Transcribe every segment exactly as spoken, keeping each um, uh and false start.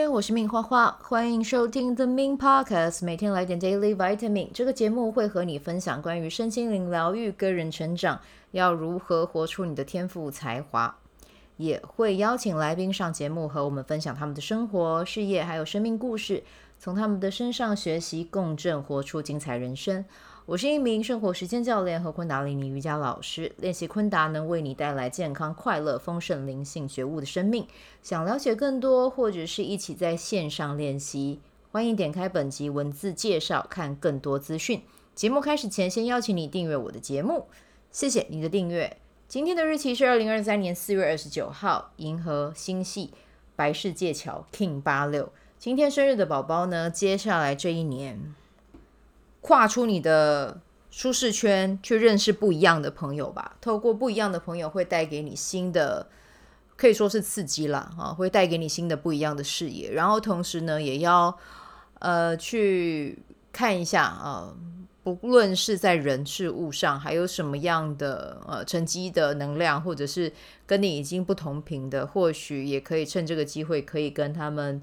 天，我是敏花花，欢迎收听 The Min Podcast， 每天来点 Daily Vitamin。这个节目会和你分享关于身心灵疗愈、个人成长，要如何活出你的天赋才华，也会邀请来宾上节目和我们分享他们的生活、事业还有生命故事，从他们的身上学习共振，活出精彩人生。我是一名生活实践教练和昆达里尼瑜伽老师，练习昆达能为你带来健康、快乐、丰盛、灵性觉悟的生命。想了解更多，或者是一起在线上练习，欢迎点开本集文字介绍，看更多资讯。节目开始前，先邀请你订阅我的节目，谢谢你的订阅。今天的日期是二零二三年四月二十九号，银河星系白世界桥 King 八六。今天生日的宝宝呢，接下来这一年跨出你的舒适圈，去认识不一样的朋友吧。透过不一样的朋友，会带给你新的，可以说是刺激啦，啊，会带给你新的不一样的视野。然后同时呢，也要呃去看一下啊，不论是在人事物上，还有什么样的呃沉积的能量，或者是跟你已经不同频的，或许也可以趁这个机会，可以跟他们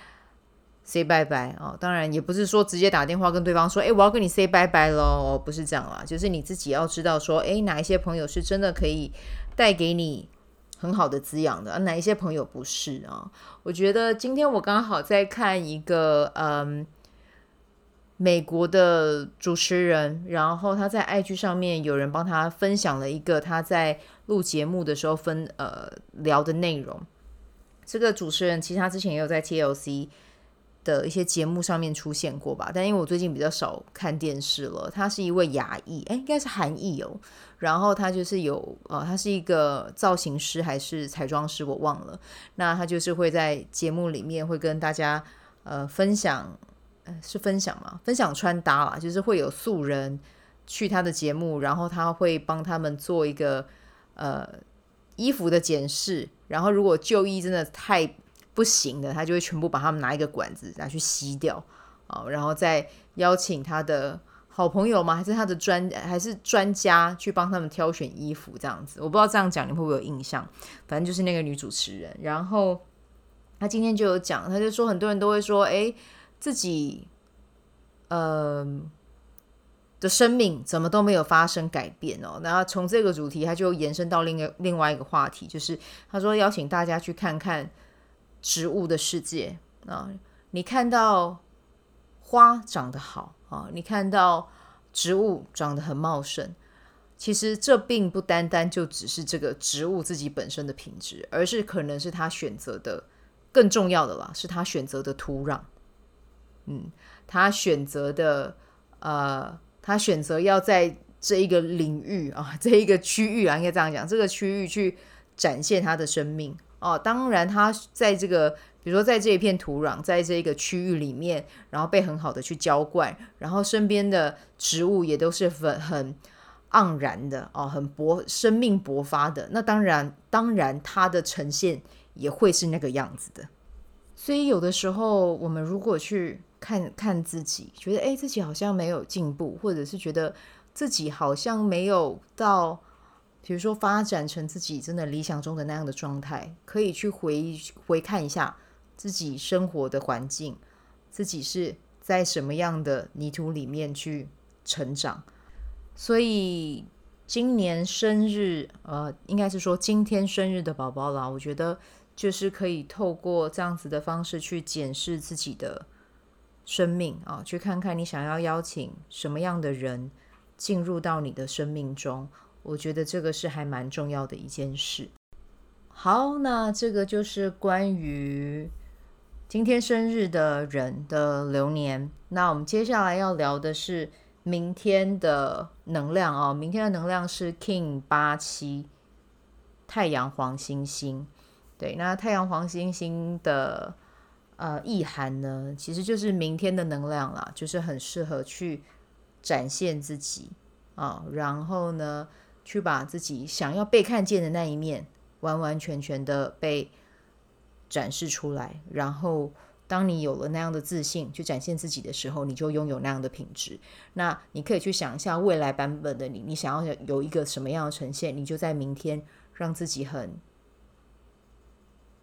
say 拜拜哦，当然也不是说直接打电话跟对方说，哎，我要跟你 say 拜拜咯，哦，不是这样啦，就是你自己要知道说，哎，哪一些朋友是真的可以带给你很好的滋养的，哪一些朋友不是啊？我觉得今天我刚好在看一个嗯美国的主持人，然后他在 I G 上面有人帮他分享了一个他在录节目的时候分呃聊的内容。这个主持人其实他之前也有在 T L C的一些节目上面出现过吧，但因为我最近比较少看电视了。他是一位亚裔，哎，应该是韩裔哦。然后他就是有呃，他是一个造型师还是彩妆师，我忘了。那他就是会在节目里面会跟大家呃分享，呃是分享嘛，分享穿搭啦，就是会有素人去他的节目，然后他会帮他们做一个呃衣服的检视，然后如果旧衣真的太不行的，他就会全部把他们拿一个管子拿去吸掉，哦，然后再邀请他的好朋友吗？还是他的专还是专家去帮他们挑选衣服这样子？我不知道这样讲你会不会有印象？反正就是那个女主持人，然后他今天就有讲，他就说很多人都会说，哎，自己呃的生命怎么都没有发生改变哦。然后从这个主题，他就延伸到另一另外一个话题，就是他说邀请大家去看看植物的世界啊，你看到花长得好啊，你看到植物长得很茂盛，其实这并不单单就只是这个植物自己本身的品质，而是可能是他选择的，更重要的啦，是他选择的土壤，嗯，他选择的呃，他选择要在这一个领域啊，这一个区域啊，应该这样讲，这个区域去展现他的生命。哦，当然他在这个比如说在这一片土壤，在这个区域里面，然后被很好的去浇灌，然后身边的植物也都是很很盎然的哦，很勃生命勃发的，那当然当然它的呈现也会是那个样子的。所以有的时候我们如果去看看自己，觉得哎自己好像没有进步，或者是觉得自己好像没有到比如说发展成自己真的理想中的那样的状态，可以去回回看一下自己生活的环境，自己是在什么样的泥土里面去成长。所以今年生日呃，应该是说今天生日的宝宝啦，我觉得就是可以透过这样子的方式去检视自己的生命啊，去看看你想要邀请什么样的人进入到你的生命中，我觉得这个是还蛮重要的一件事。好，那这个就是关于今天生日的人的流年。那我们接下来要聊的是明天的能量哦。明天的能量是 King 八七太阳黄星星。对，那太阳黄星星的呃意涵呢，其实就是明天的能量啦，就是很适合去展现自己啊，然后呢，去把自己想要被看见的那一面，完完全全的被展示出来。然后，当你有了那样的自信，去展现自己的时候，你就拥有那样的品质。那你可以去想一下未来版本的你，你想要有一个什么样的呈现，你就在明天让自己很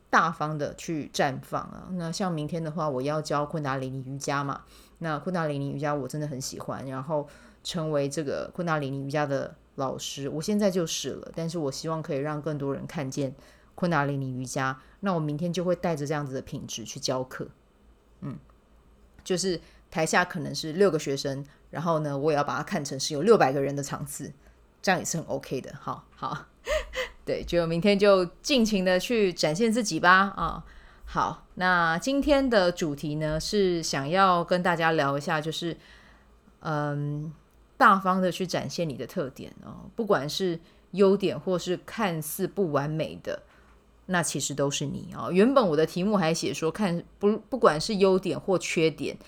大方的去绽放啊。那像明天的话，我要教昆达里尼瑜伽嘛，那昆达里尼瑜伽我真的很喜欢，然后成为这个昆达里尼瑜伽的老师，我现在就是了，但是我希望可以让更多人看见昆达里尼瑜伽，那我明天就会带着这样子的品质去教课。嗯，就是台下可能是六个学生，然后呢，我也要把它看成是有六百个人的场次，这样也是很 OK 的。好好，对，就明天就尽情的去展现自己吧啊。好，那今天的主题呢是想要跟大家聊一下，就是嗯，大方的去展现你的特点哦，不管是优点或是看似不完美的，那其实都是你哦。原本我的题目还写说，看不不管是优点或缺点，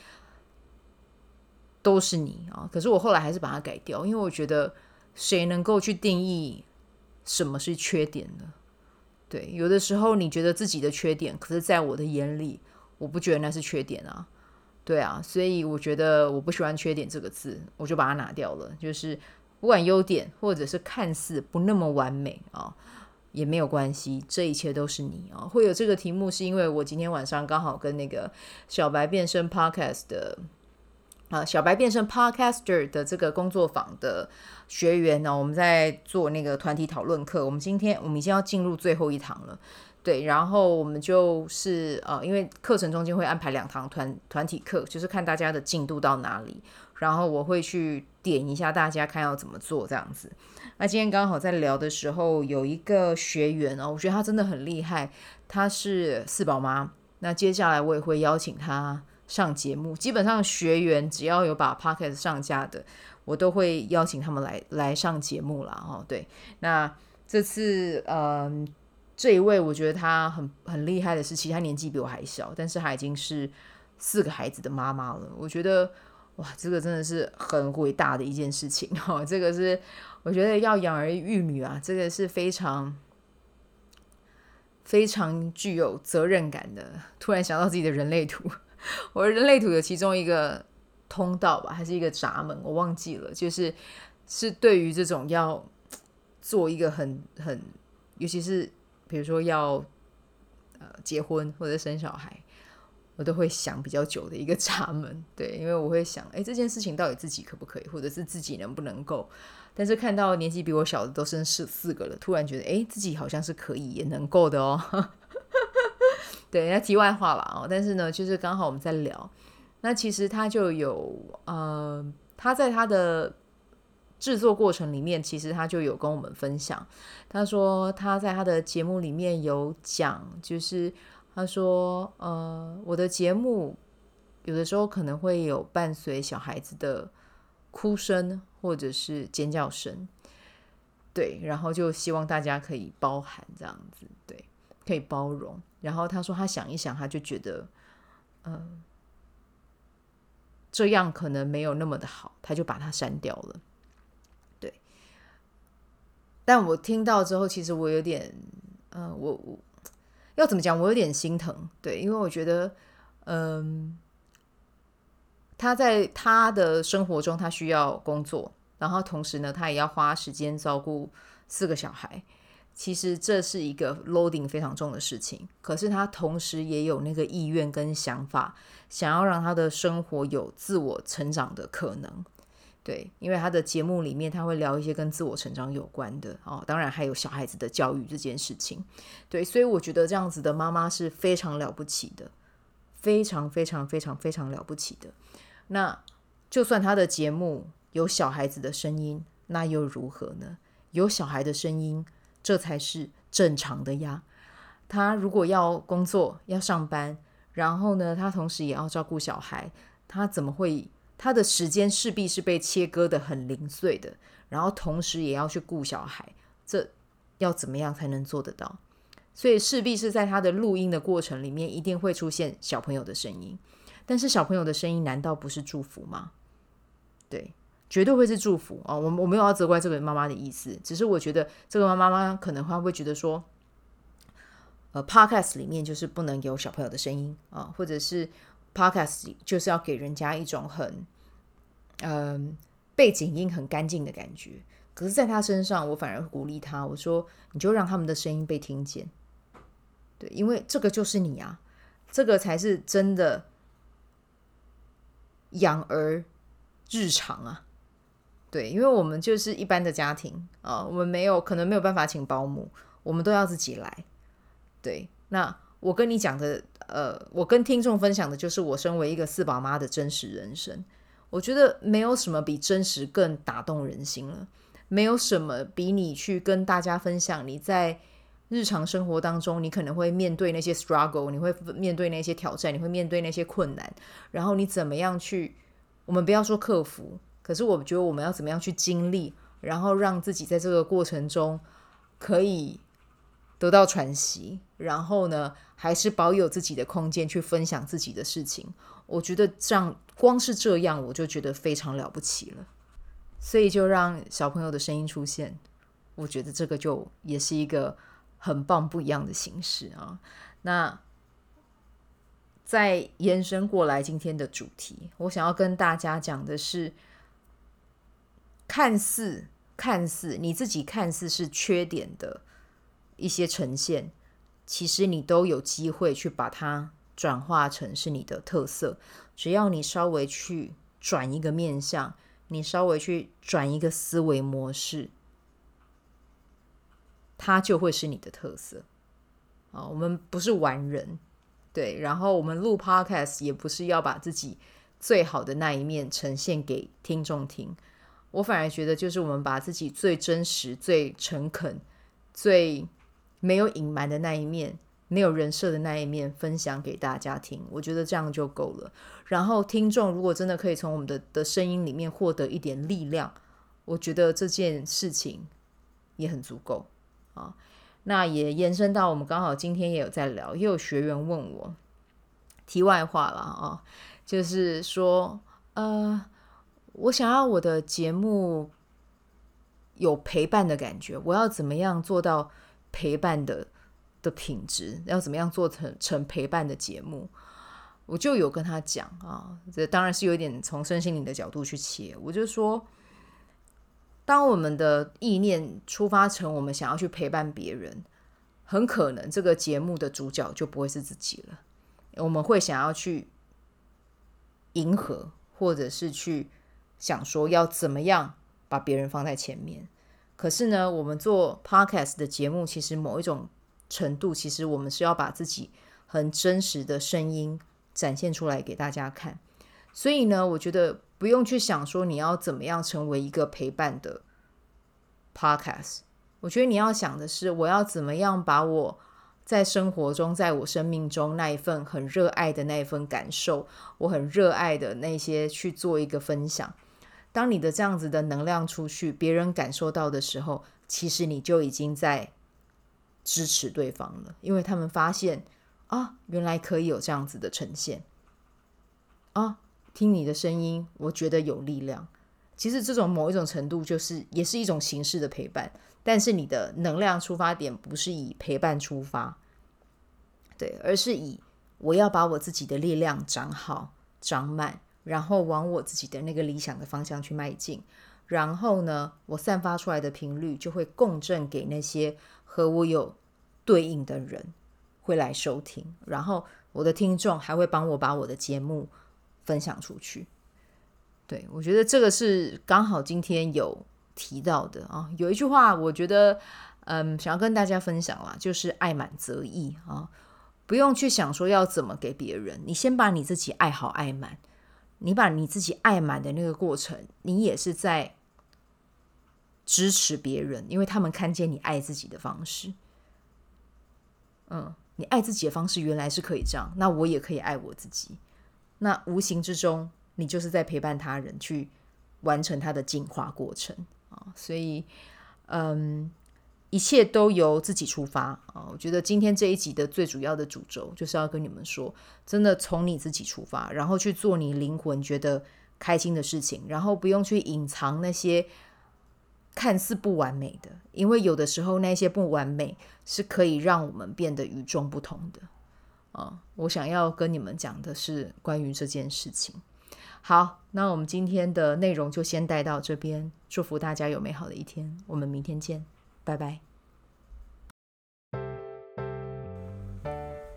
都是你啊。可是我后来还是把它改掉，因为我觉得谁能够去定义什么是缺点呢？对，有的时候你觉得自己的缺点，可是在我的眼里，我不觉得那是缺点啊。对啊，所以我觉得我不喜欢缺点这个字，我就把它拿掉了。就是不管优点或者是看似不那么完美啊，也没有关系，这一切都是你啊。会有这个题目是因为我今天晚上刚好跟那个小白变身 Podcast 的啊，小白变身 Podcaster 的这个工作坊的学员呢，我们在做那个团体讨论课。我们今天我们已经要进入最后一堂了，对，然后我们就是呃，因为课程中间会安排两堂团团体课，就是看大家的进度到哪里，然后我会去点一下大家看要怎么做这样子。那今天刚好在聊的时候，有一个学员哦，我觉得他真的很厉害，他是四宝妈。那接下来我也会邀请他上节目，基本上学员只要有把 podcast 上架的，我都会邀请他们来来上节目啦。哦，对，那这次嗯。这一位我觉得他很很厉害的是，其实他年纪比我还小，但是他已经是四个孩子的妈妈了。我觉得哇，这个真的是很伟大的一件事情哦。这个是我觉得要养儿育女啊，这个是非常非常具有责任感的。突然想到自己的人类图，我的人类图有其中一个通道吧，还是一个闸门，我忘记了，就是是对于这种要做一个很很，尤其是比如说要呃结婚或者生小孩，我都会想比较久的一个闸门。对，因为我会想，哎，这件事情到底自己可不可以，或者是自己能不能够。但是看到年纪比我小的都生四四个了，突然觉得，哎，自己好像是可以也能够的哦。对，那题外话啦哦。但是呢，就是刚好我们在聊，那其实他就有呃，他在他的制作过程里面，其实他就有跟我们分享，他说他在他的节目里面有讲，就是他说呃，我的节目有的时候可能会有伴随小孩子的哭声或者是尖叫声，对，然后就希望大家可以包涵这样子，对，可以包容。然后他说他想一想，他就觉得呃，这样可能没有那么的好，他就把它删掉了。但我听到之后，其实我有点，呃，我我要怎么讲？我有点心疼，对，因为我觉得，嗯、他在他的生活中，他需要工作，然后同时呢，他也要花时间照顾四个小孩。其实这是一个 loading 非常重的事情，可是他同时也有那个意愿跟想法，想要让他的生活有自我成长的可能。对，因为他的节目里面他会聊一些跟自我成长有关的哦，当然还有小孩子的教育这件事情。对，所以我觉得这样子的妈妈是非常了不起的，非常非常非常非常了不起的。那就算他的节目有小孩子的声音，那又如何呢？有小孩的声音，这才是正常的呀。他如果要工作要上班，然后呢，他同时也要照顾小孩，他怎么会？他的时间势必是被切割的很零碎的，然后同时也要去顾小孩，这要怎么样才能做得到？所以势必是在他的录音的过程里面，一定会出现小朋友的声音。但是小朋友的声音难道不是祝福吗？对，绝对会是祝福哦。我我没有要责怪这个妈妈的意思，只是我觉得这个妈妈可能会觉得说，呃 ，podcast 里面就是不能有小朋友的声音啊，或者是 podcast 就是要给人家一种很，嗯、呃，背景音很干净的感觉。可是在他身上，我反而鼓励他，我说你就让他们的声音被听见。 对，因为这个就是你啊，这个才是真的养儿日常啊。对，因为我们就是一般的家庭啊，我们没有可能没有办法请保姆，我们都要自己来。对，那我跟你讲的，呃，我跟听众分享的就是我身为一个四宝妈的真实人生。我觉得没有什么比真实更打动人心了，没有什么比你去跟大家分享你在日常生活当中你可能会面对那些 struggle， 你会面对那些挑战，你会面对那些困难，然后你怎么样去，我们不要说克服，可是我觉得我们要怎么样去经历，然后让自己在这个过程中可以得到喘息，然后呢还是保有自己的空间去分享自己的事情。我觉得这样光是这样我就觉得非常了不起了，所以就让小朋友的声音出现，我觉得这个就也是一个很棒不一样的形式啊。那再延伸过来今天的主题，我想要跟大家讲的是，看似看似你自己看似是缺点的一些呈现，其实你都有机会去把它转化成是你的特色。只要你稍微去转一个面向，你稍微去转一个思维模式，它就会是你的特色。啊，我们不是完人，对，然后我们录 podcast 也不是要把自己最好的那一面呈现给听众听，我反而觉得就是我们把自己最真实、最诚恳、最没有隐瞒的那一面，没有人设的那一面分享给大家听，我觉得这样就够了。然后听众如果真的可以从我们 的, 的声音里面获得一点力量，我觉得这件事情也很足够啊。那也延伸到我们刚好今天也有在聊，也有学员问我，题外话啦啊，就是说呃，我想要我的节目有陪伴的感觉，我要怎么样做到陪伴的的品质，要怎么样做成成陪伴的节目。我就有跟他讲啊，这当然是有点从身心灵的角度去切，我就说当我们的意念出发成我们想要去陪伴别人，很可能这个节目的主角就不会是自己了，我们会想要去迎合，或者是去想说要怎么样把别人放在前面。可是呢，我们做 podcast 的节目，其实某一种程度，其实我们是要把自己很真实的声音展现出来给大家看。所以呢，我觉得不用去想说你要怎么样成为一个陪伴的 podcast， 我觉得你要想的是，我要怎么样把我在生活中，在我生命中那一份很热爱的那一份感受，我很热爱的那些去做一个分享。当你的这样子的能量出去，别人感受到的时候，其实你就已经在支持对方了，因为他们发现啊，原来可以有这样子的呈现啊，听你的声音我觉得有力量。其实这种某一种程度就是也是一种形式的陪伴，但是你的能量出发点不是以陪伴出发，对，而是以我要把我自己的力量长好长满，然后往我自己的那个理想的方向去迈进。然后呢，我散发出来的频率就会共振给那些和我有对应的人会来收听，然后我的听众还会帮我把我的节目分享出去。对，我觉得这个是刚好今天有提到的啊。有一句话我觉得嗯，想要跟大家分享啦，就是爱满则溢啊，不用去想说要怎么给别人，你先把你自己爱好爱满，你把你自己爱满的那个过程，你也是在支持别人，因为他们看见你爱自己的方式。嗯，你爱自己的方式原来是可以这样，那我也可以爱我自己。那无形之中，你就是在陪伴他人去完成他的进化过程啊。所以，嗯，一切都由自己出发啊。我觉得今天这一集的最主要的主轴，就是要跟你们说，真的从你自己出发，然后去做你灵魂觉得开心的事情，然后不用去隐藏那些看似不完美的，因为有的时候那些不完美是可以让我们变得与众不同的啊。我想要跟你们讲的是关于这件事情。好，那我们今天的内容就先带到这边，祝福大家有美好的一天，我们明天见，拜拜。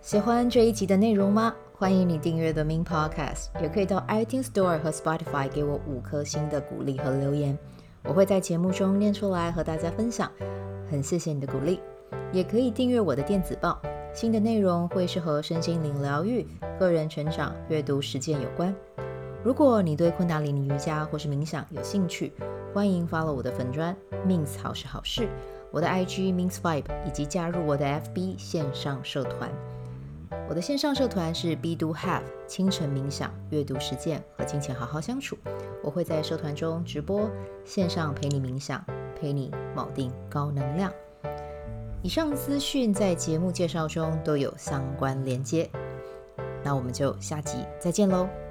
喜欢这一集的内容吗？欢迎你订阅 The Min Podcast， 也可以到 iTunes Store 和 Spotify 给我五颗星的鼓励和留言，我会在节目中念出来和大家分享。很谢谢你的鼓励，也可以订阅我的电子报，新的内容会是和身心灵疗愈、个人成长、阅读实践有关。如果你对昆达里尼瑜伽或是冥想有兴趣，欢迎 follow 我的粉专 Mins 好是好事，我的 I G Mins Vibe， 以及加入我的 F B 线上社团。我的线上社团是 Be Do Have 清晨冥想、阅读实践和金钱好好相处。我会在社团中直播，线上陪你冥想，陪你铆定高能量。以上资讯在节目介绍中都有相关连接。那我们就下集再见喽。